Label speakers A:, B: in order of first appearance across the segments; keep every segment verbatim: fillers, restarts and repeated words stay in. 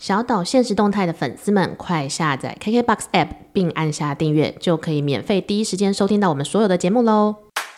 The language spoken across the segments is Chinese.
A: 小岛限时动态的粉丝们，快下载 K K B O X App 并按下订阅，就可以免费第一时间收听到我们所有的节目咯。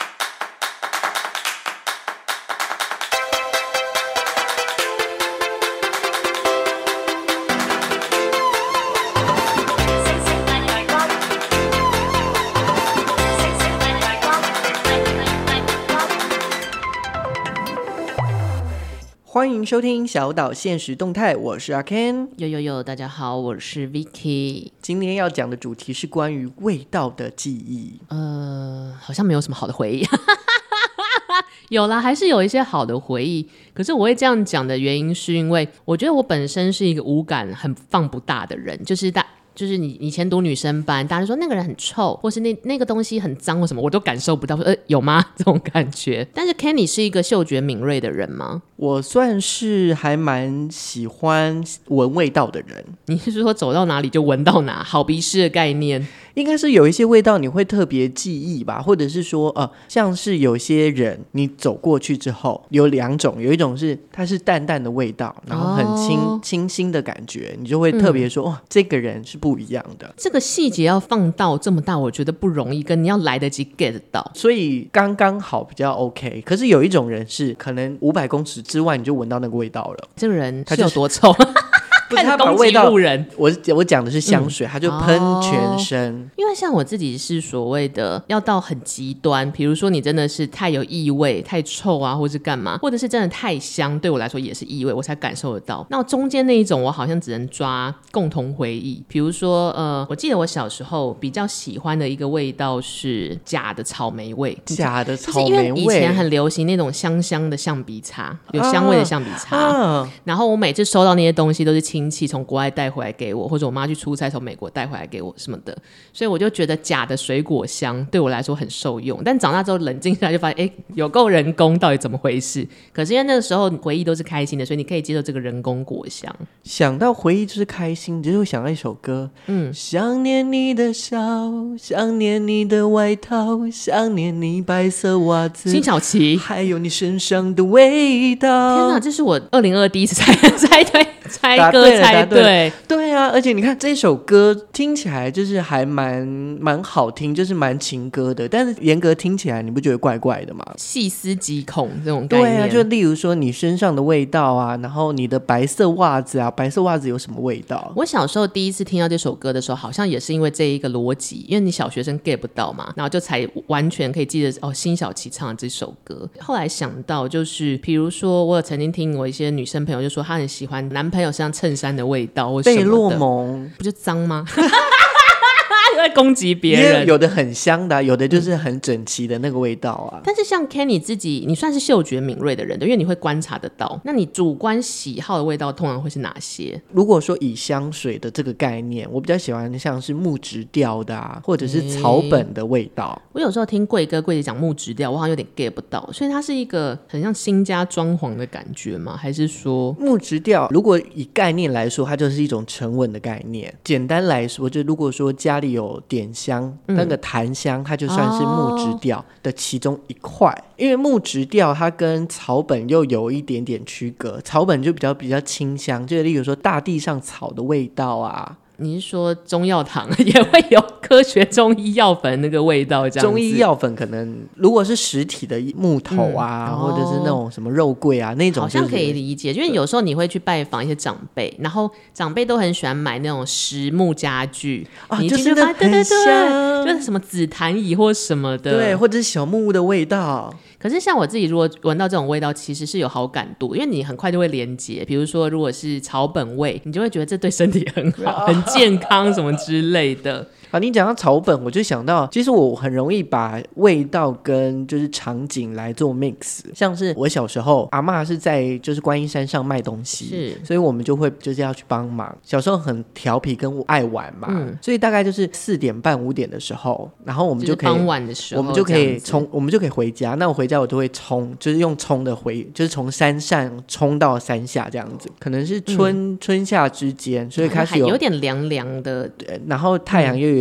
B: 欢迎收听小岛限时动态，我是阿 Ken。
A: 呦呦呦，大家好，我是 Vicky。
B: 今天要讲的主题是关于味道的记忆。
A: 呃，好像没有什么好的回忆。有啦，还是有一些好的回忆。可是我会这样讲的原因，是因为我觉得我本身是一个五感很放不大的人，就是大。就是你以前读女生班，大家说那个人很臭，或是那那个东西很脏或什么，我都感受不到，说呃有吗？这种感觉。但是 Kenny 是一个嗅觉敏锐的人吗？
B: 我算是还蛮喜欢闻味道的人。
A: 你是说走到哪里就闻到哪，好鼻师的概念？
B: 应该是有一些味道你会特别记忆吧，或者是说呃，像是有些人你走过去之后有两种，有一种是它是淡淡的味道，然后很清、哦、清新的感觉，你就会特别说、嗯、哦，这个人是不一样的。
A: 这个细节要放到这么大，我觉得不容易，跟你要来得及 get 到，
B: 所以刚刚好比较 OK。可是有一种人是可能五百公尺之外你就闻到那个味道了，
A: 这个人是有多臭？
B: 不是他把味道，我我讲的是香水、嗯、他就喷全身、哦、
A: 因为像我自己是所谓的要到很极端，比如说你真的是太有异味太臭啊，或是干嘛，或者是真的太香，对我来说也是异味，我才感受得到。那中间那一种我好像只能抓共同回忆，比如说呃，我记得我小时候比较喜欢的一个味道是假的草莓味。
B: 假的草莓味，
A: 就是因为以前很流行那种香香的橡皮擦，有香味的橡皮擦、啊、然后我每次收到那些东西都是亲戚从国外带回来给我，或者我妈去出差从美国带回来给我什么的，所以我就觉得假的水果香对我来说很受用。但长大之后冷静下来就发现，哎，有够人工，到底怎么回事？可是因为那个时候回忆都是开心的，所以你可以接受这个人工果香。
B: 想到回忆就是开心，你就会想到一首歌，嗯，想念你的笑，想念你的外套，想念你白色袜子，
A: 辛晓琪，
B: 还有你身上的味道。
A: 天哪，这是我二零二第一次猜猜对猜歌猜对，
B: 对对啊！而且你看这首歌听起来就是还蛮蛮好听，就是蛮情歌的，但是严格听起来你不觉得怪怪的吗？
A: 细思极恐这种概念。
B: 对啊，就例如说你身上的味道啊，然后你的白色袜子啊，白色袜子有什么味道？
A: 我小时候第一次听到这首歌的时候，好像也是因为这一个逻辑，因为你小学生 get 不到嘛，然后就才完全可以记得哦，辛晓琪唱的这首歌。后来想到就是，比如说我有曾经听我一些女生朋友就说，她很喜欢男朋友身上衬衫的味道或什么的，
B: 贝洛蒙
A: 不就脏吗？在攻击别人，
B: 有的很香的、啊、有的就是很整齐的那个味道啊。
A: 但是像 Kenny 自己，你算是嗅觉敏锐的人的，因为你会观察得到。那你主观喜好的味道通常会是哪些？
B: 如果说以香水的这个概念，我比较喜欢像是木质调的啊，或者是草本的味道、欸、
A: 我有时候听贵哥贵姐讲木质调，我好像有点 get 不到，所以它是一个很像新家装潢的感觉吗？还是说
B: 木质调如果以概念来说，它就是一种沉稳的概念。简单来说，就如果说家里有点香、嗯、那个檀香它就算是木质调的其中一块、哦、因为木质调它跟草本又有一点点区隔，草本就比较比较清香，就例如说大地上草的味道啊。
A: 你是说中药堂也会有科学中医药粉那个味道这样子？
B: 中医药粉可能如果是实体的木头啊、嗯哦、或者是那种什么肉桂啊那种、就是、
A: 好像可以理解，因为有时候你会去拜访一些长辈，然后长辈都很喜欢买那种实木家具啊，你
B: 就是那很香，
A: 就是什么紫檀椅或什么的，
B: 对，或者是小木屋的味道。
A: 可是像我自己如果闻到这种味道其实是有好感度，因为你很快就会连结，比如说如果是草本味，你就会觉得这对身体很好、啊、很健康什么之类的。
B: 好，你讲到草本我就想到其实我很容易把味道跟就是场景来做 mix， 像是我小时候阿嬷是在就是观音山上卖东西，是，所以我们就会就是要去帮忙，小时候很调皮跟我爱玩嘛、嗯、所以大概就是四点半五点的时候，然后我们就可以、
A: 就是、傍晚的时候
B: 我们就可以冲我们就可以回家，那我回家我就会冲，就是用冲的回，就是从山上冲到山下这样子，可能是春、嗯、春夏之间，所以开始有
A: 有点凉凉的，
B: 对，然后太阳又有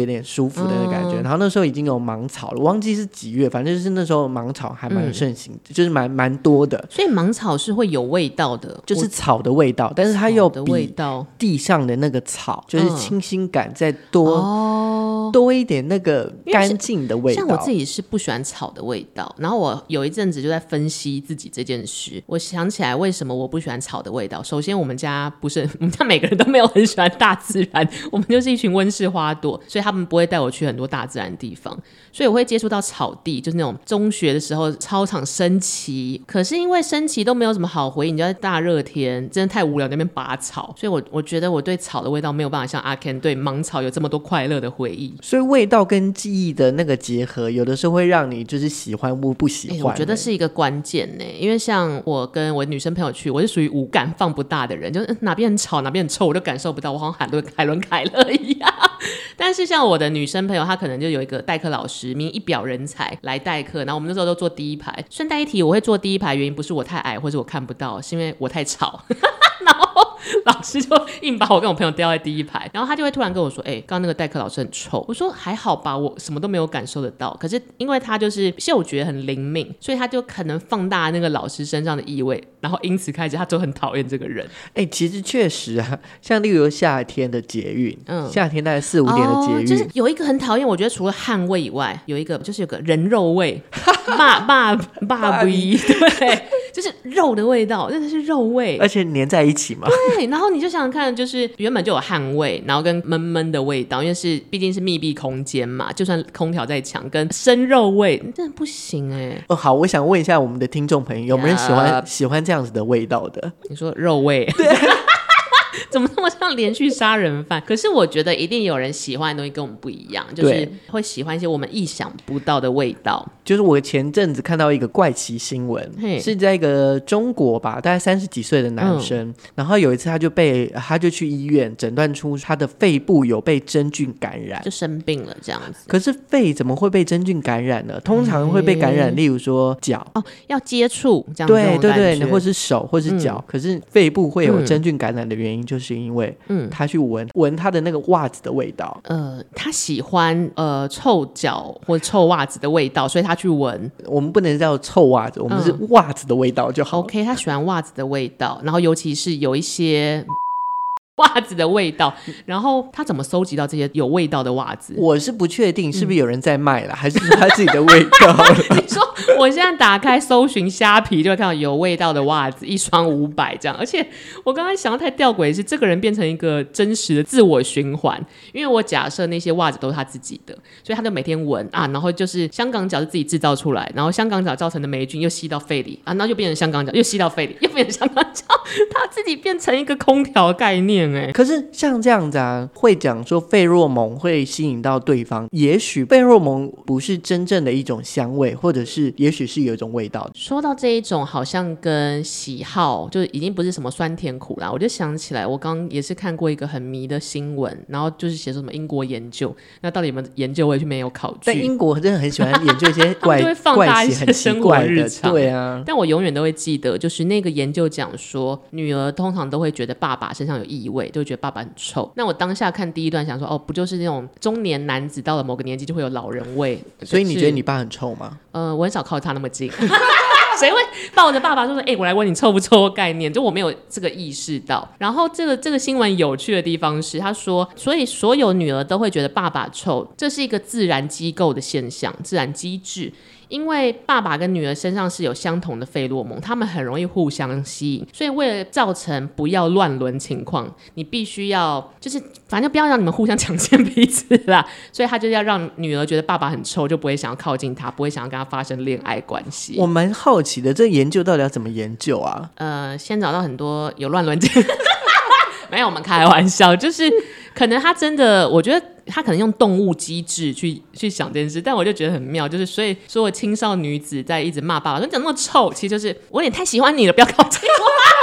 B: 有点舒服的那感觉、嗯、然后那时候已经有芒草了，我忘记是几月，反正就是那时候芒草还蛮盛行的、嗯、就是蛮蛮多的。
A: 所以芒草是会有味道的，
B: 就是草的味道，但是它又比地上的那个草就是清新感再多、嗯、多一点那个干净的味道。
A: 像我自己是不喜欢草的味道，然后我有一阵子就在分析自己这件事，我想起来为什么我不喜欢草的味道。首先我们家不是我们家每个人都没有很喜欢大自然，我们就是一群温室花朵，所以他们不会带我去很多大自然的地方，所以我会接触到草地，就是那种中学的时候操场升旗，可是因为升旗都没有什么好回忆，你就在大热天真的太无聊在那边拔草，所以我我觉得我对草的味道没有办法像阿 Ken 对芒草有这么多快乐的回忆。
B: 所以味道跟记忆的那个结合有的时候会让你就是喜欢或不喜欢、欸、
A: 我觉得是一个关键呢，因为像我跟我女生朋友去，我是属于五感放不大的人，就是哪边很吵哪边很臭我都感受不到，我好像喊海伦凯勒一样。但是像我的女生朋友，她可能就有一个代课老师，名一表人才来代课，然后我们那时候都坐第一排。顺带一提，我会坐第一排原因不是我太矮或者我看不到，是因为我太吵然后老师就硬把我跟我朋友调在第一排，然后他就会突然跟我说，哎、欸，刚刚那个代课老师很臭。我说还好吧，我什么都没有感受得到，可是因为他就是嗅觉很灵敏，所以他就可能放大那个老师身上的异味，然后因此开始他就很讨厌这个人。
B: 哎、欸，其实确实啊，像例如夏天的捷运、嗯、夏天大概四五点的捷运、哦、
A: 就是有一个很讨厌，我觉得除了汗味以外，有一个就是有个人肉味骂骂骂味，对，就是肉的味道，真的是肉味，
B: 而且粘在一起嘛。
A: 对，然后你就想想看，就是原本就有汗味，然后跟闷闷的味道，因为是毕竟是密闭空间嘛，就算空调再强，跟生肉味真的不行哎、欸。
B: 哦，好，我想问一下我们的听众朋友，有没有人喜欢、uh, 喜欢这样子的味道的？
A: 你说肉味？对。怎么那么像连续杀人犯？可是我觉得一定有人喜欢的东西跟我们不一样，就是会喜欢一些我们意想不到的味道。
B: 就是我前阵子看到一个怪奇新闻，是在一个中国吧，大概三十几岁的男生、嗯、然后有一次他就被他就去医院诊断出他的肺部有被真菌感染，
A: 就生病了这样子。
B: 可是肺怎么会被真菌感染呢？通常会被感染、嗯、例如说脚
A: 哦，要接触这样子，
B: 对对对，或是手或是脚、嗯、可是肺部会有真菌感染的原因就是因为他去闻闻他的那个袜子的味道，
A: 呃，他喜欢呃臭脚或臭袜子的味道，所以他去闻。
B: 我们不能叫臭袜子，我们是袜子的味道就好、
A: 嗯、OK， 他喜欢袜子的味道，然后尤其是有一些袜子的味道，然后他怎么搜集到这些有味道的袜子？
B: 我是不确定是不是有人在卖了、嗯、还是说他自己的味道
A: 你说我现在打开搜寻虾皮就会看到有味道的袜子一双五百这样，而且我刚才想到太吊诡的是这个人变成一个真实的自我循环，因为我假设那些袜子都是他自己的，所以他就每天闻啊，然后就是香港脚是自己制造出来，然后香港脚造成的霉菌又吸到肺里啊，然后又变成香港脚又吸到肺里又变成香港脚，他自己变成一个空调概念。
B: 可是像这样子啊，会讲说费洛蒙会吸引到对方，也许费洛蒙不是真正的一种香味，或者是也许是有一种味道。
A: 说到这一种好像跟喜好就已经不是什么酸甜苦啦，我就想起来我刚刚也是看过一个很迷的新闻，然后就是写说什么英国研究，那到底有没有研究我也没有考据，
B: 但英国真的很喜欢研究一些怪
A: 就会放大一些生活日常，
B: 对啊。
A: 但我永远都会记得，就是那个研究讲说女儿通常都会觉得爸爸身上有异味，就会觉得爸爸很臭。那我当下看第一段想说，哦，不就是那种中年男子到了某个年纪就会有老人味？
B: 所以你觉得你爸很臭吗？
A: 呃，我很少靠他那么近。谁会抱着爸爸说说，哎、欸，我来问你臭不臭的概念？就我没有这个意识到。然后这个这个新闻有趣的地方是，他说，所以所有女儿都会觉得爸爸臭，这是一个自然机构的现象，自然机制。因为爸爸跟女儿身上是有相同的费洛蒙，他们很容易互相吸引，所以为了造成不要乱伦情况，你必须要就是反正不要让你们互相抢先彼此啦，所以他就要让女儿觉得爸爸很臭，就不会想要靠近他，不会想要跟他发生恋爱关系。
B: 我蛮好奇的，这研究到底要怎么研究啊？
A: 呃，先找到很多有乱伦没有，我们开玩笑，就是可能他真的，我觉得他可能用动物机制去去想这件事，但我就觉得很妙，就是所以所有青少女子在一直骂爸爸说你怎么那么臭，其实就是我有点太喜欢你了，不要靠近我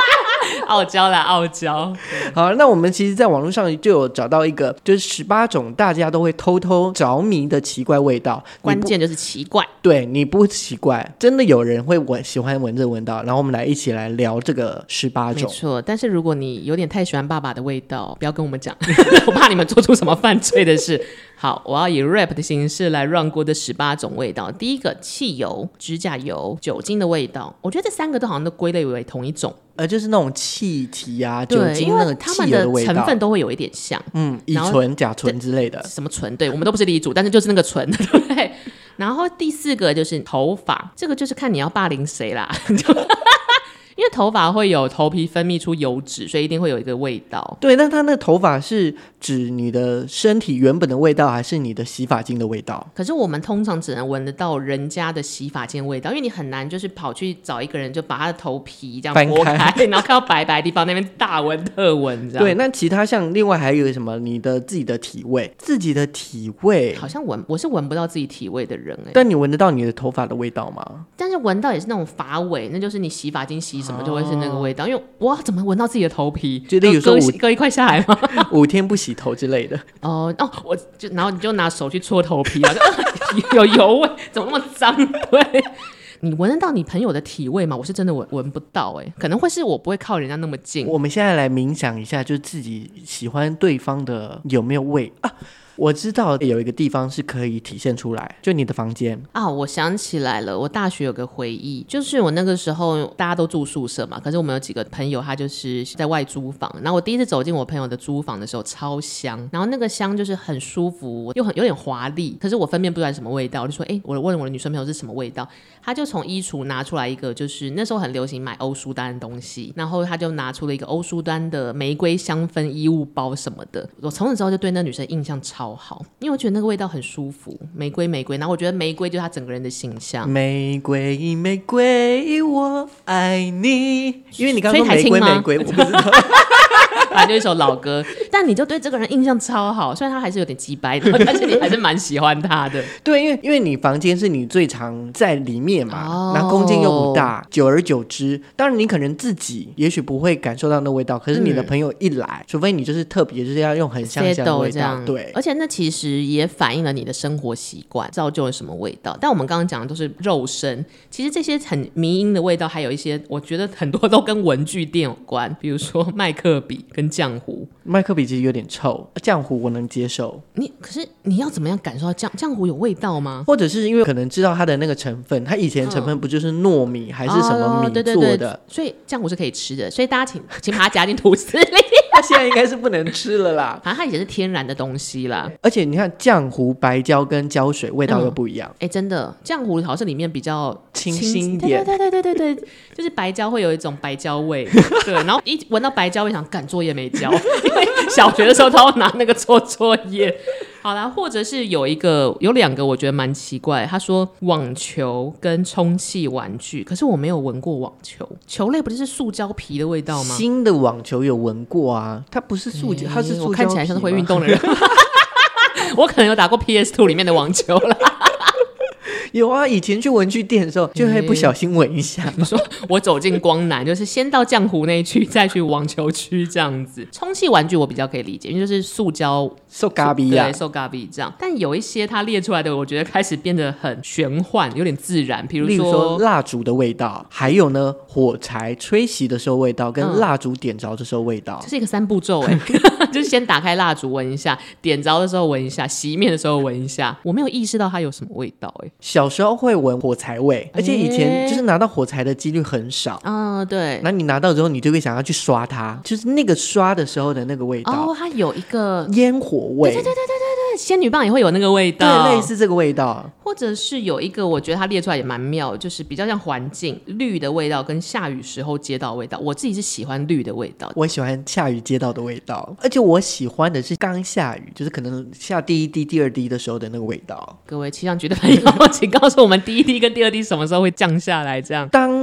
A: 傲娇啦，傲娇。
B: 好，那我们其实在网络上就有找到一个，就是十八种大家都会偷偷着迷的奇怪味道，
A: 关键就是奇怪。
B: 对，你不奇怪，真的有人会闻喜欢闻这闻道，然后我们来一起来聊这个十八种。
A: 没错，但是如果你有点太喜欢爸爸的味道，不要跟我们讲，我怕你们做出什么犯罪的事。好，我要以 rap 的形式来 run 过这十八种味道。第一个，汽油、指甲油、酒精的味道，我觉得这三个都好像都归类为同一种。
B: 呃，就是那种气体啊，酒精那个汽油的味道，
A: 它们的成分都会有一点像，
B: 嗯，乙醇、甲醇之类的。
A: 什么醇？对，我们都不是理主，但是就是那个醇，对不对？然后第四个就是头发，这个就是看你要霸凌谁啦。因为头发会有头皮分泌出油脂，所以一定会有一个味道。
B: 对，但它那个头发是指你的身体原本的味道，还是你的洗发精的味道？
A: 可是我们通常只能闻得到人家的洗发精的味道，因为你很难就是跑去找一个人，就把他的头皮这样剥开，然后看到白白的地方那边大闻特闻这样。
B: 对，那其他像另外还有什么？你的自己的体味，自己的体味
A: 好像闻我是闻不到自己体味的人哎、欸，
B: 但你闻得到你的头发的味道吗？
A: 但是闻到也是那种发尾，那就是你洗发精洗什么就会是那个味道。哦、因为我怎么闻到自己的头皮？
B: 就例如说
A: 割割一块下来吗？
B: 五天不洗头之类的。
A: 哦哦，我就然后你就拿手去搓头皮啊，有油味，怎么那么脏？对。你闻得到你朋友的体味吗？我是真的闻闻不到哎、欸，可能会是我不会靠人家那么近。
B: 我们现在来冥想一下，就是自己喜欢对方的有没有味啊？我知道有一个地方是可以体现出来，就你的房间
A: 啊！我想起来了，我大学有个回忆，就是我那个时候大家都住宿舍嘛，可是我们有几个朋友他就是在外租房，然后我第一次走进我朋友的租房的时候超香，然后那个香就是很舒服又很有点华丽，可是我分辨不出来什么味道，我就说哎、欸，我问我的女生朋友是什么味道，他就从衣橱拿出来一个，就是那时候很流行买欧舒丹的东西，然后他就拿出了一个欧舒丹的玫瑰香氛衣物包什么的，我从此之后就对那女生印象超好，因为我觉得那个味道很舒服，玫瑰玫瑰，然后我觉得玫瑰就是她整个人的形象。
B: 玫瑰玫瑰我爱你，因为你刚刚说玫瑰玫瑰，我不知道。
A: 反正就一首老歌，但你就对这个人印象超好，虽然他还是有点鸡掰的，但是你还是蛮喜欢他的。
B: 对，因为因为你房间是你最常在里面嘛，那、哦、空间又不大，久而久之，当然你可能自己也许不会感受到那味道，可是你的朋友一来，嗯、除非你就是特别就是要用很香香的味道，对，
A: 而且那其实也反映了你的生活习惯，造就了什么味道。但我们刚刚讲的都是肉身，其实这些很迷因的味道，还有一些我觉得很多都跟文具店有关，比如说麦克笔跟浆糊。
B: 麦克笔其实有点臭，浆糊我能接受。
A: 你可是你要怎么样感受到浆浆糊有味道吗？
B: 或者是因为可能知道它的那个成分，它以前成分不就是糯米、嗯、还是什么米做的、哦、对对对，
A: 所以浆糊是可以吃的，所以大家请请把它夹进吐司里。
B: 它现在应该是不能吃了啦，
A: 反正它也是天然的东西啦。
B: 而且你看浆糊、白胶跟胶水味道又不一样。
A: 哎、嗯欸，真的，浆糊好像里面比较
B: 清新一点。
A: 对对对对对对，就是白胶会有一种白胶味。对，然后一闻到白胶，我想赶作业没交，因为小学的时候他会拿那个做作业。好啦，或者是有一个有两个我觉得蛮奇怪，他说网球跟充气玩具，可是我没有闻过网球，球类不就是塑胶皮的味道吗？
B: 新的网球有闻过啊，它不是塑胶、欸，它是塑胶皮，
A: 我看起来像是会运动的人。我可能有打过 P S 二 里面的网球啦。
B: 有啊，以前去文具店的时候就会不小心闻一下、欸、
A: 你说我走进光南就是先到浆糊那一区再去网球区这样子。充气玩具我比较可以理解，因为就是塑胶
B: 塑胶皮啊，
A: 对，塑胶皮这样。但有一些它列出来的我觉得开始变得很玄幻，有点自然，比如说
B: 例如说蜡烛的味道，还有呢火柴吹熄的时候味道跟蜡烛点着的时候味道、
A: 嗯、这是一个三步骤哎、欸，就是先打开蜡烛闻一下，点着的时候闻一下，熄灭的时候闻一下。我没有意识到它有什么味道哎、欸。
B: 小时候会闻火柴味，而且以前就是拿到火柴的几率很少
A: 啊、欸，对。
B: 那你拿到之后，你就会想要去刷它，就是那个刷的时候的那个味道。
A: 哦，它有一个
B: 烟火味，
A: 对对对对对对，仙女棒也会有那个味道，
B: 对，类似这个味道。
A: 或者是有一个，我觉得它列出来也蛮妙，就是比较像环境绿的味道跟下雨时候街道的味道。我自己是喜欢绿的味道，
B: 我喜欢下雨街道的味道，而且我喜欢的是刚下雨，就是可能下第一滴、第二滴的时候的那个味道。
A: 各位气象局的朋友，请告诉我们第一滴跟第二滴什么时候会降下来？这样，
B: 当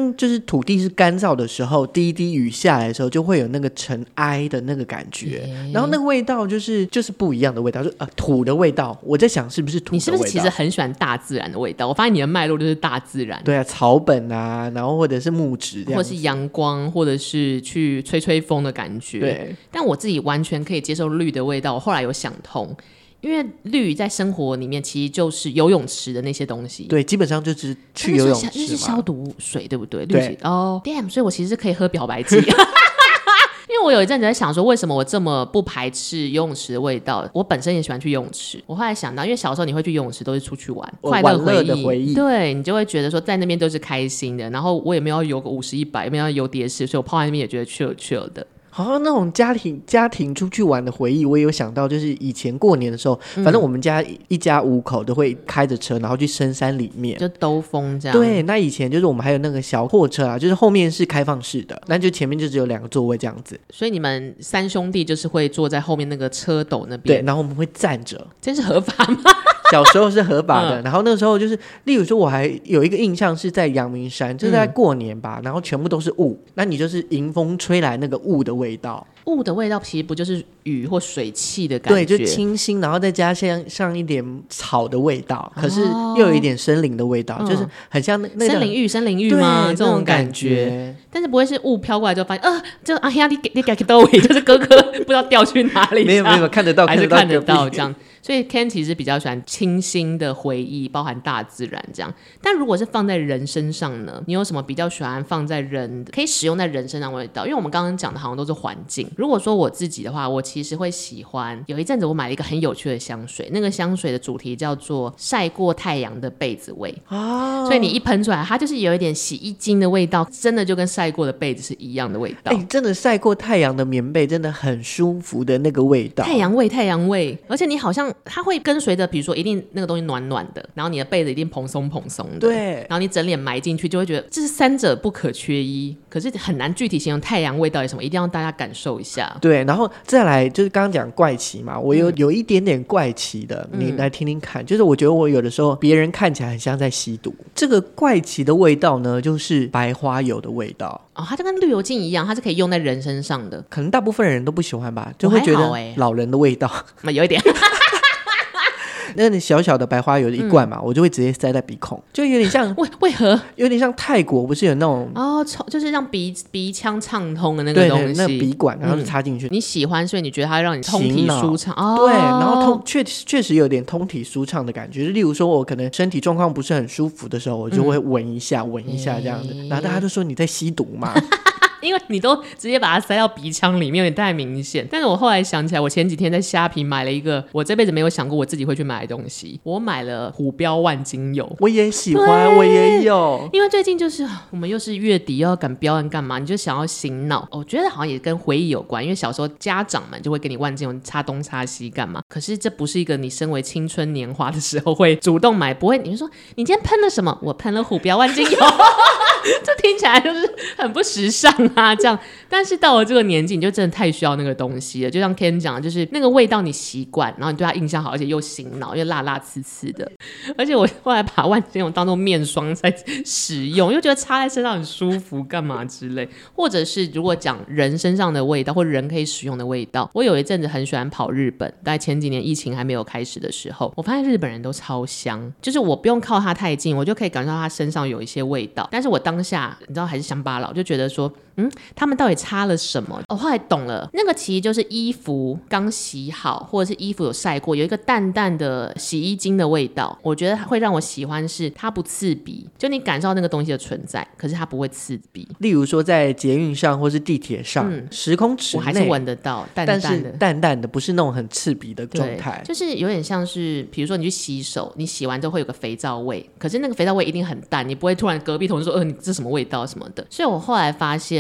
B: 当就是土地是干燥的时候，第一滴雨下来的时候就会有那个尘埃的那个感觉、欸、然后那个味道就是就是不一样的味道，就呃土的味道。我在想是不是土的味道，
A: 你是不是其实很喜欢大自然的味道？我发现你的脉络就是大自然。
B: 对啊，草本啊，然后或者是木质这样，
A: 或是阳光，或者是去吹吹风的感觉。
B: 对，
A: 但我自己完全可以接受绿的味道。我后来有想通，因为绿在生活里面其实就是游泳池的那些东西。
B: 对，基本上就是去游泳池嘛，
A: 那是消毒水对不对？
B: 对
A: 哦、oh, ，damn， 所以我其实是可以喝漂白剂。因为我有一阵子在想说，为什么我这么不排斥游泳池的味道？我本身也喜欢去游泳池。我后来想到，因为小时候你会去游泳池都是出去玩，快乐回忆
B: 的回忆，
A: 对，你就会觉得说在那边都是开心的。然后我也没有要游个五十一百，也没有要游蝶式，所以我泡在那边也觉得 chill chill 的。
B: 好像那种家庭家庭出去玩的回忆，我也有想到，就是以前过年的时候，嗯、反正我们家一家五口都会开着车，然后去深山里面
A: 就兜风这样。
B: 对，那以前就是我们还有那个小货车啊，就是后面是开放式的，那就前面就只有两个座位这样子。
A: 所以你们三兄弟就是会坐在后面那个车斗那边，
B: 对，然后我们会站着，
A: 这是合法吗？
B: 小时候是合法的、嗯、然后那个时候就是例如说我还有一个印象是在阳明山，就是在过年吧、嗯、然后全部都是雾，那你就是迎风吹来那个雾的味道，
A: 雾的味道其实不就是雨或水汽的感觉，
B: 对，就清新，然后再加上上一点草的味道，可是又有一点森林的味道、哦、就是很像 那, 那
A: 森林浴森林浴吗？这种感觉,
B: 感觉
A: 但是不会是雾飘过来就发现呃，就啊呀你你给到位，就是哥哥不知道掉去哪里，
B: 没有没有看得到，
A: 还是看得到这样。所以 Ken 其实比较喜欢清新的回忆，包含大自然这样。但如果是放在人身上呢，你有什么比较喜欢放在人可以使用在人身上的味道？因为我们刚刚讲的好像都是环境。如果说我自己的话，我其实会喜欢，有一阵子我买了一个很有趣的香水，那个香水的主题叫做晒过太阳的被子味、哦、所以你一喷出来它就是有一点洗衣精的味道，真的就跟晒过的被子是一样的味道、
B: 欸、真的晒过太阳的棉被真的很舒服的那个味道，
A: 太阳味太阳味，而且你好像它会跟随着比如说一定那个东西暖暖的，然后你的被子一定蓬松蓬松的，
B: 对，
A: 然后你整脸埋进去就会觉得这是三者不可缺一，可是很难具体形容太阳味到底什么，一定要大家感受一下。
B: 对，然后再来就是刚刚讲怪奇嘛，我有、嗯、有一点点怪奇的，你来听听看、嗯、就是我觉得我有的时候别人看起来很像在吸毒，这个怪奇的味道呢就是白花油的味道
A: 哦，它就跟绿油精一样，它是可以用在人身上的，
B: 可能大部分人都不喜欢吧，就会觉得老人的味道、
A: 欸、有一点
B: 那你小小的白花油的一罐嘛、嗯、我就会直接塞在鼻孔，就有点像
A: 为为何
B: 有点像泰国不是有那种
A: 哦，就是让鼻鼻腔畅通的那个东西，
B: 对对，那个鼻管然后就插进去、
A: 嗯、你喜欢，所以你觉得它让你通体舒畅、哦、
B: 对，然后通确确实有点通体舒畅的感觉，例如说我可能身体状况不是很舒服的时候，我就会闻一下闻、嗯、一下这样子、欸、然后大家就说你在吸毒嘛
A: 因为你都直接把它塞到鼻腔里面，有点太明显。但是我后来想起来，我前几天在虾皮买了一个我这辈子没有想过我自己会去买的东西，我买了虎标万金油。
B: 我也喜欢，我也有。
A: 因为最近就是我们又是月底又要赶标案干嘛，你就想要醒脑。我觉得好像也跟回忆有关，因为小时候家长们就会给你万金油擦东擦西干嘛，可是这不是一个你身为青春年华的时候会主动买，不会你就说你今天喷了什么，我喷了虎标万金油这听起来就是很不时尚啊这样，但是到了这个年纪你就真的太需要那个东西了，就像 Ken 讲的，就是那个味道你习惯，然后你对它印象好，而且又醒脑又辣辣刺刺的，而且我后来把万金油当做面霜在使用，又觉得擦在身上很舒服干嘛之类。或者是如果讲人身上的味道或人可以使用的味道，我有一阵子很喜欢跑日本，大概前几年疫情还没有开始的时候，我发现日本人都超香，就是我不用靠他太近，我就可以感受到他身上有一些味道，但是我当下你知道还是乡巴佬，就觉得说嗯，他们到底擦了什么？我、哦、后来懂了，那个其实就是衣服刚洗好，或者是衣服有晒过，有一个淡淡的洗衣精的味道。我觉得会让我喜欢是它不刺鼻，就你感受到那个东西的存在，可是它不会刺鼻。
B: 例如说在捷运上或是地铁上、嗯、十公尺内我
A: 还是闻得到淡淡的，
B: 但是淡淡的不是那种很刺鼻的状态，
A: 就是有点像是比如说你去洗手，你洗完之后会有个肥皂味，可是那个肥皂味一定很淡，你不会突然隔壁同事说呃你这什么味道什么的。所以我后来发现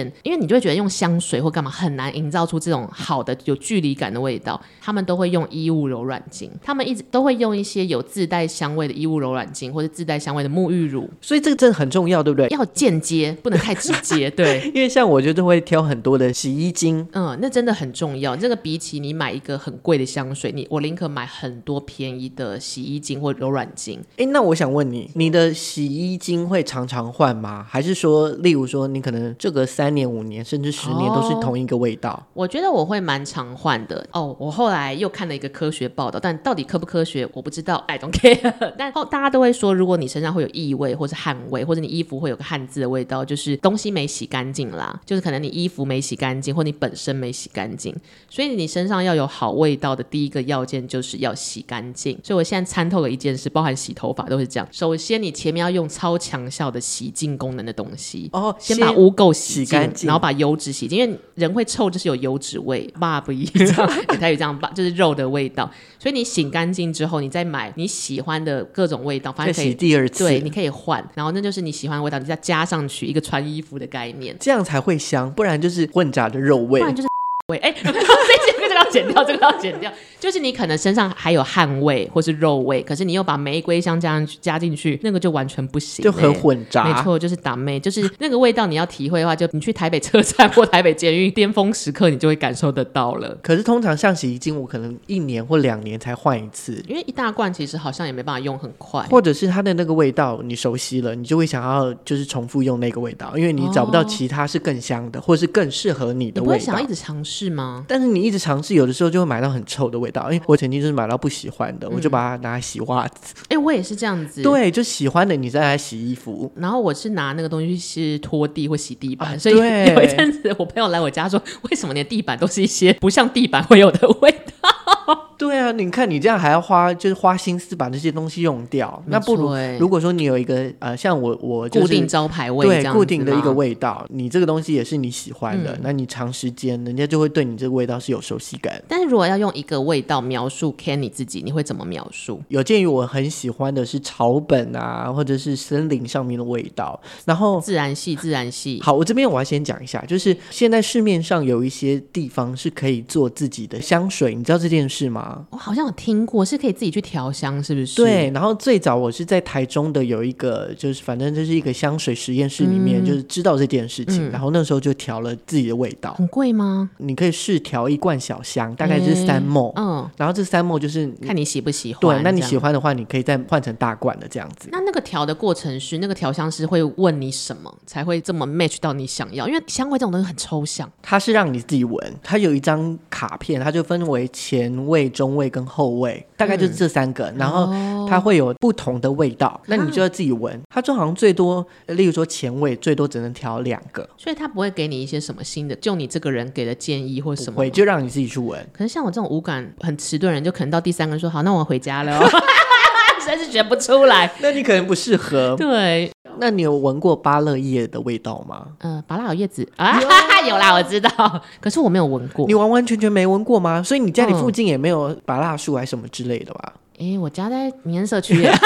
A: 现，因为你就会觉得用香水或干嘛很难营造出这种好的有距离感的味道，他们都会用衣物柔软精，他们一直都会用一些有自带香味的衣物柔软精或者自带香味的沐浴乳，
B: 所以这个真的很重要，对不对？
A: 要间接，不能太直接。对，
B: 因为像我就会挑很多的洗衣精，
A: 嗯，那真的很重要。这个比起你买一个很贵的香水，你我宁可买很多便宜的洗衣精或柔软精。
B: 哎，那我想问你，你的洗衣精会常常换吗？还是说，例如说，你可能这个三年、五年甚至十年都是同一个味道？哦，
A: 我觉得我会蛮常换的。哦，我后来又看了一个科学报道，但到底科不科学我不知道 ，I don't care 。但后大家都会说，如果你身上会有异味，或是汗味，或者你衣服会有个汗渍的味道，就是东西没洗干净啦，就是可能你衣服没洗干净，或你本身没洗干净。所以你身上要有好味道的第一个要件就是要洗干净。所以我现在参透了一件事，包含洗头发都是这样。首先你前面要用超强效的洗净功能的东西，哦，先把污垢洗净，然后把油脂洗净，因为人会臭就是有油脂味，爸不一样，台语这样爸就是肉的味道。所以你洗干净之后，你再买你喜欢的各种味道，反正可以
B: 再洗第二次，
A: 对，你可以换，然后那就是你喜欢的味道，你再加上去一个穿衣服的概念，
B: 这样才会香，不然就是混杂的肉味，
A: 不然就是味。哎，这个要剪掉，这个要剪掉。就是你可能身上还有汗味或是肉味，可是你又把玫瑰香加进去，加进去，那个就完全不行，
B: 就很混杂。
A: 没错，就是打妹，就是那个味道。你要体会的话，就你去台北车站或台北捷运巅峰时刻，你就会感受得到了。
B: 可是通常像洗衣精，我可能一年或两年才换一次，
A: 因为一大罐其实好像也没办法用很快，
B: 或者是它的那个味道你熟悉了，你就会想要就是重复用那个味道，因为你找不到其他是更香的，或是更适合你的味道。
A: 你不会想要一直尝试吗？
B: 但是你一直尝试，有的时候就会买到很臭的味道。因为我曾经就是买到不喜欢的，嗯、我就把它拿来洗袜子。
A: 哎、欸，我也是这样子。
B: 对，就喜欢的你再来洗衣服。
A: 然后我是拿那个东西是拖地或洗地板，啊、所以有一阵子我朋友来我家说，为什么你的地板都是一些不像地板会有的味道？
B: 对啊，你看你这样还要花就是花心思把这些东西用掉，那不如如果说你有一个呃像我我、就是、
A: 固定招牌味，对，
B: 固定的一个味道，你这个东西也是你喜欢的，嗯、那你长时间人家就会对你这个味道是有熟悉感。
A: 但是如果要用一个味道描述 Ken 你自己，你会怎么描述？
B: 有鉴于我很喜欢的是草本啊，或者是森林上面的味道，然后
A: 自然系自然系。
B: 好，我这边我要先讲一下，就是现在市面上有一些地方是可以做自己的香水，你知道这件事吗？
A: 我好像有听过，是可以自己去调香，是不是？
B: 对，然后最早我是在台中的有一个，就是反正就是一个香水实验室里面，嗯、就是知道这件事情，嗯、然后那时候就调了自己的味道。
A: 很贵吗？
B: 你可以试调一罐小香，大概就是三 ml，嗯，然后这三 ml 就是
A: 看你喜不喜欢。
B: 对，那你喜欢的话，你可以再换成大罐的这样子。
A: 那那个调的过程是那个调香师会问你什么才会这么 match 到你想要？因为香味这种东西很抽象，
B: 它是让你自己闻，它有一张卡片，它就分为前味、中味跟后味，大概就是这三个，嗯、然后它会有不同的味道，嗯、那你就要自己闻。它就好像最多，例如说前味最多只能调两个，
A: 所以它不会给你一些什么新的，就你这个人给的建议或什么，
B: 会就让你自己去闻。
A: 可是像我这种五感很迟钝的人，就可能到第三个人说好，那我回家了、哦，实在是选不出来。
B: 那你可能不适合。
A: 对。
B: 那你有闻过芭乐叶的味道吗？
A: 呃，芭乐有叶子啊，有啦，我知道，可是我没有闻过。
B: 你完完全全没闻过吗？所以你家里附近也没有芭乐树还是什么之类的吧？
A: 哎、嗯欸，我家在民安社区耶。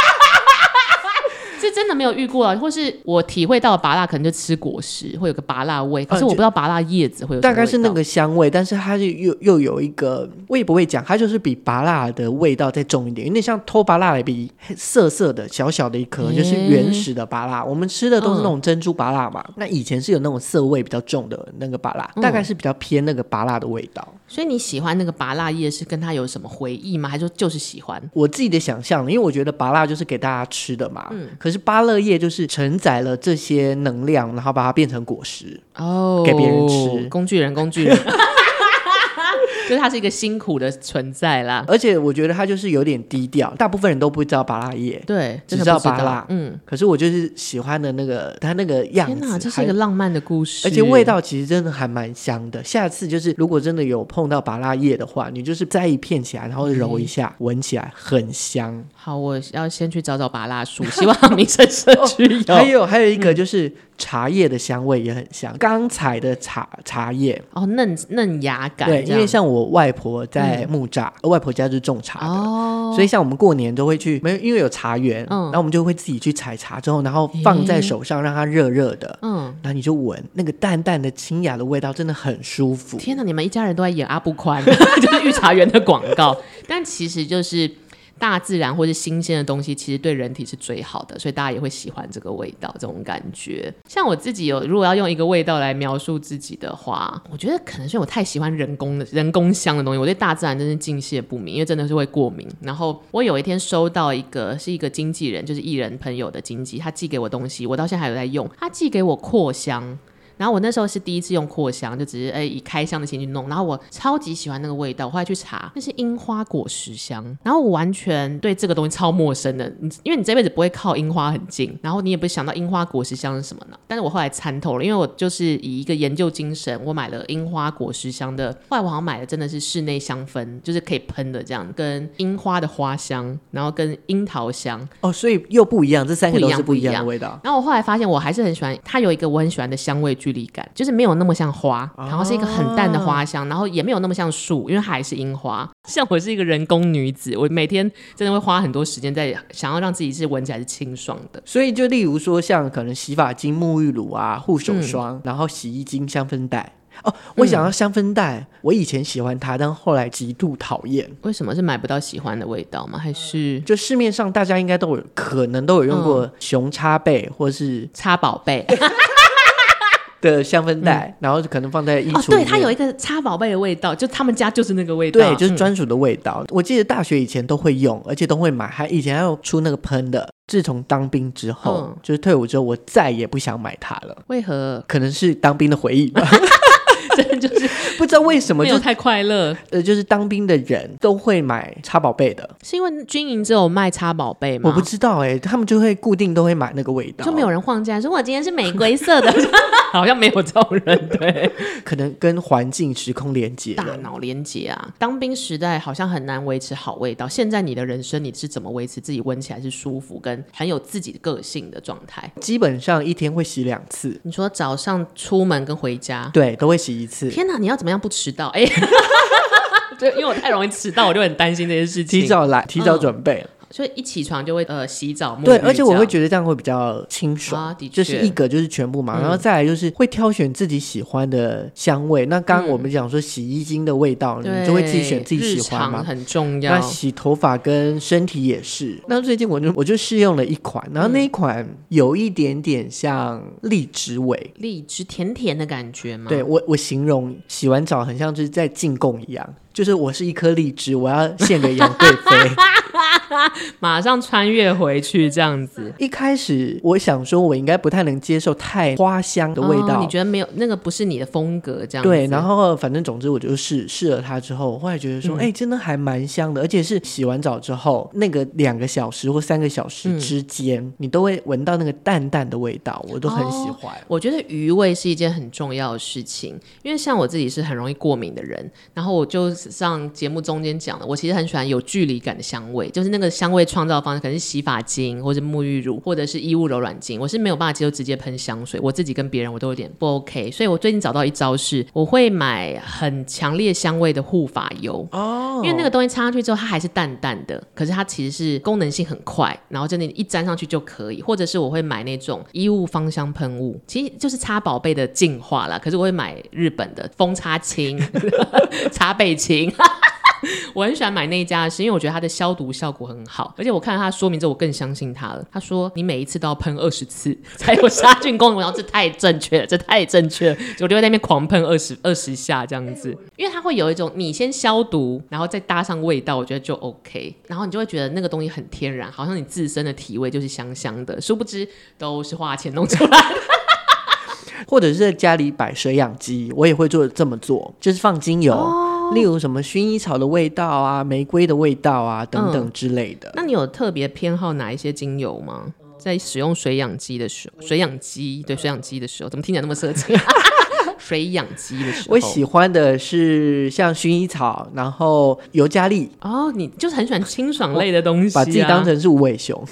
A: 是真的没有遇过啊，或是我体会到芭乐可能就吃果实会有个芭乐味，可是我不知道芭乐叶子会有什么味道。
B: 大概是那个香味，但是它就又又有一个，我也不会讲，它就是比芭乐的味道再重一点，有点像偷芭乐比涩涩的小小的一颗，欸、就是原始的芭乐。我们吃的都是那种珍珠芭乐嘛，嗯、那以前是有那种涩味比较重的那个芭乐，嗯、大概是比较偏那个芭乐的味道。
A: 所以你喜欢那个芭乐叶是跟它有什么回忆吗？还是就是喜欢？
B: 我自己的想象，因为我觉得芭乐就是给大家吃的嘛，嗯、可是芭乐叶就是承载了这些能量，然后把它变成果实哦，给别人吃。
A: 工具人，工具人。就是它是一个辛苦的存在啦，
B: 而且我觉得它就是有点低调，大部分人都不知道芭乐叶，
A: 对，
B: 只知道芭乐，
A: 嗯，
B: 可是我就是喜欢的那个它那个样子。
A: 天哪，这是一个浪漫的故事，
B: 而且味道其实真的还蛮香的。下次就是如果真的有碰到芭乐叶的话，你就是摘一片起来，然后揉一下，闻、嗯、起来很香。
A: 好，我要先去找找芭乐树，希望民生社区有。
B: 哦、还有还有一个就是。嗯茶叶的香味也很香，刚采的茶茶叶
A: 哦，嫩嫩芽感。
B: 对，因为像我外婆在木栅、嗯、外婆家就是种茶的、哦、所以像我们过年都会去，没有因为有茶园、嗯、然后我们就会自己去采茶之后，然后放在手上让它热热的，嗯，然后你就闻那个淡淡的清雅的味道，真的很舒服。
A: 天哪，你们一家人都在演阿布宽就是御茶园的广告但其实就是大自然或是新鲜的东西其实对人体是最好的，所以大家也会喜欢这个味道，这种感觉。像我自己有如果要用一个味道来描述自己的话，我觉得可能是我太喜欢人工的人工香的东西，我对大自然真是敬谢不敏，因为真的是会过敏。然后我有一天收到一个是一个经纪人，就是艺人朋友的经纪，他寄给我东西，我到现在还有在用，他寄给我扩香，然后我那时候是第一次用扩香，就只是、欸、以开箱的心去弄，然后我超级喜欢那个味道，我后来去查那是樱花果实香，然后我完全对这个东西超陌生的，因为你这辈子不会靠樱花很近，然后你也不会想到樱花果实香是什么呢？但是我后来参透了，因为我就是以一个研究精神，我买了樱花果实香的，后来我好像买的真的是室内香氛，就是可以喷的这样，跟樱花的花香，然后跟樱桃香。
B: 哦，所以又不一样，这三个都是不一样的味道。
A: 然后我后来发现我还是很喜欢它，有一个我很喜欢的香味距离感，就是没有那么像花，然后是一个很淡的花香，然后也没有那么像树，因为还是樱花。像我是一个人工女子，我每天真的会花很多时间在想要让自己是闻起来是清爽的。
B: 所以就例如说像可能洗发精、沐浴乳啊、护手霜、嗯、然后洗衣精、香氛袋。哦，我想要香氛袋、嗯、我以前喜欢它，但后来极度讨厌。
A: 为什么？是买不到喜欢的味道吗？还是
B: 就市面上大家应该都有可能都有用过熊插贝或是
A: 插宝贝
B: 的香氛袋、嗯、然后可能放在衣橱里面、哦、
A: 对，它有一个插宝贝的味道，就他们家就是那个味道，
B: 对，就是专属的味道、嗯、我记得大学以前都会用，而且都会买，还以前还有出那个喷的。自从当兵之后、嗯、就是退伍之后我再也不想买它了。
A: 为何？
B: 可能是当兵的回忆吧
A: 真的就是
B: 不知道为什么
A: 没有太快乐。
B: 呃，就是当兵的人都会买插宝贝的，
A: 是因为军营只有卖插宝贝吗？
B: 我不知道哎、欸，他们就会固定都会买那个味道，
A: 就没有人晃进来说我今天是玫瑰色的好像没有这种人。对，
B: 可能跟环境时空连接，
A: 大脑连接啊。当兵时代好像很难维持好味道，现在你的人生你是怎么维持自己闻起来是舒服跟很有自己的个性的状态？
B: 基本上一天会洗两次。
A: 你说早上出门跟回家？
B: 对，都会洗一次。
A: 天哪，你要怎么样不迟到？哎、欸，就因为我太容易迟到，我就很担心这件事情。
B: 提早来，提早准备、嗯，
A: 所以一起床就会呃洗澡沐浴。
B: 对，而且我会觉得这样会比较清爽、
A: 啊、的确，
B: 就是一个就是全部嘛、嗯、然后再来就是会挑选自己喜欢的香味。那刚刚我们讲说洗衣精的味道、嗯、你就会自己选自己喜欢嘛，
A: 日常很重要。
B: 那洗头发跟身体也是。那最近我就我就试用了一款，然后那一款有一点点像荔枝味，
A: 荔枝甜甜的感觉吗？
B: 对，我我形容洗完澡很像就是在进贡一样，就是我是一颗荔枝，我要献给杨贵妃
A: 马上穿越回去这样子。
B: 一开始我想说我应该不太能接受太花香的味道、哦、
A: 你觉得没有那个不是你的风格这样子。
B: 对，然后反正总之我就试试了它之后，我后来觉得说哎、嗯欸，真的还蛮香的，而且是洗完澡之后那个两个小时或三个小时之间、嗯、你都会闻到那个淡淡的味道，我都很喜欢、哦、
A: 我觉得余味是一件很重要的事情，因为像我自己是很容易过敏的人，然后我就上节目中间讲了，我其实很喜欢有距离感的香味，就是那个香味创造的方式可能是洗发精或者沐浴乳或者是衣物柔软精，我是没有办法接受直接喷香水，我自己跟别人我都有点不 OK， 所以我最近找到一招是我会买很强烈香味的护发油、哦、因为那个东西擦上去之后它还是淡淡的，可是它其实是功能性很快，然后真的一沾上去就可以。或者是我会买那种衣物芳香喷雾，其实就是擦宝贝的进化啦，可是我会买日本的风擦清擦背清我很喜欢买那一家的是因为我觉得它的消毒效果很好，而且我看到它的说明之后我更相信它了。他说你每一次都要喷二十次才有杀菌功能，然后这太正确了，这太正确了，我就会在那边狂喷二十二十下这样子，因为它会有一种你先消毒然后再搭上味道，我觉得就 OK， 然后你就会觉得那个东西很天然，好像你自身的体味就是香香的，殊不知都是花钱弄出来的
B: 或者是在家里摆水养机，我也会做这么做，就是放精油、哦、例如什么薰衣草的味道啊，玫瑰的味道啊等等之类的、嗯、
A: 那你有特别偏好哪一些精油吗？在使用水养机的时候，水养机对水养机的时候怎么听起来那么色情水养鸡的时候，
B: 我喜欢的是像薰衣草，然后尤加利。
A: 哦，你就是很喜欢清爽类的东西、啊、
B: 把自己当成是无尾熊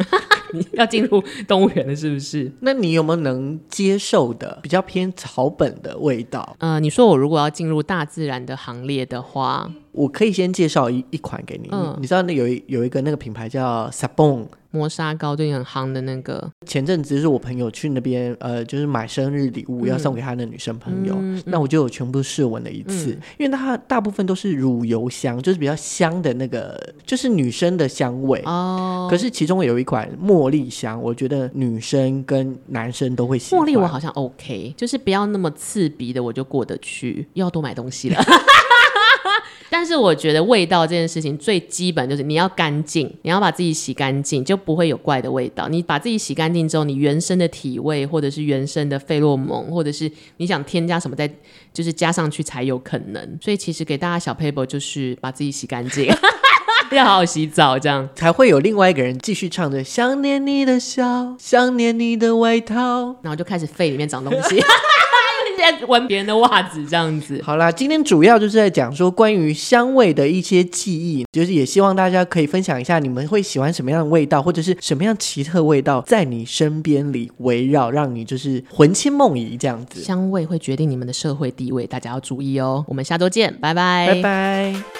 A: 你要进入动物园了是不是？
B: 那你有没有能接受的比较偏草本的味道？
A: 呃，你说我如果要进入大自然的行列的话，
B: 我可以先介绍 一, 一款给你、嗯、你知道那有一有一个那个品牌叫 Sabon
A: 磨砂膏，最近很夯的那个。
B: 前阵子是我朋友去那边呃，就是买生日礼物、嗯、要送给他的女生朋友、嗯嗯、那我就有全部试闻了一次、嗯、因为它大部分都是乳油香，就是比较香的那个就是女生的香味哦。可是其中有一款茉莉香，我觉得女生跟男生都会喜欢。
A: 茉莉我好像 OK， 就是不要那么刺鼻的我就过得去，又要多买东西了但是我觉得味道这件事情最基本就是你要干净，你要把自己洗干净，就不会有怪的味道。你把自己洗干净之后，你原生的体味或者是原生的费洛蒙，或者是你想添加什么再就是加上去才有可能。所以其实给大家小 paper 就是把自己洗干净要好好洗澡，这样
B: 才会有另外一个人继续唱着想念你的笑，想念你的外套，
A: 然后就开始肺里面长东西在闻别人的袜子这样子。
B: 好啦，今天主要就是在讲说关于香味的一些记忆，就是也希望大家可以分享一下你们会喜欢什么样的味道，或者是什么样奇特味道在你身边里围绕，让你就是魂牵梦萦这样子。
A: 香味会决定你们的社会地位，大家要注意哦。我们下周见，拜拜，
B: 拜拜。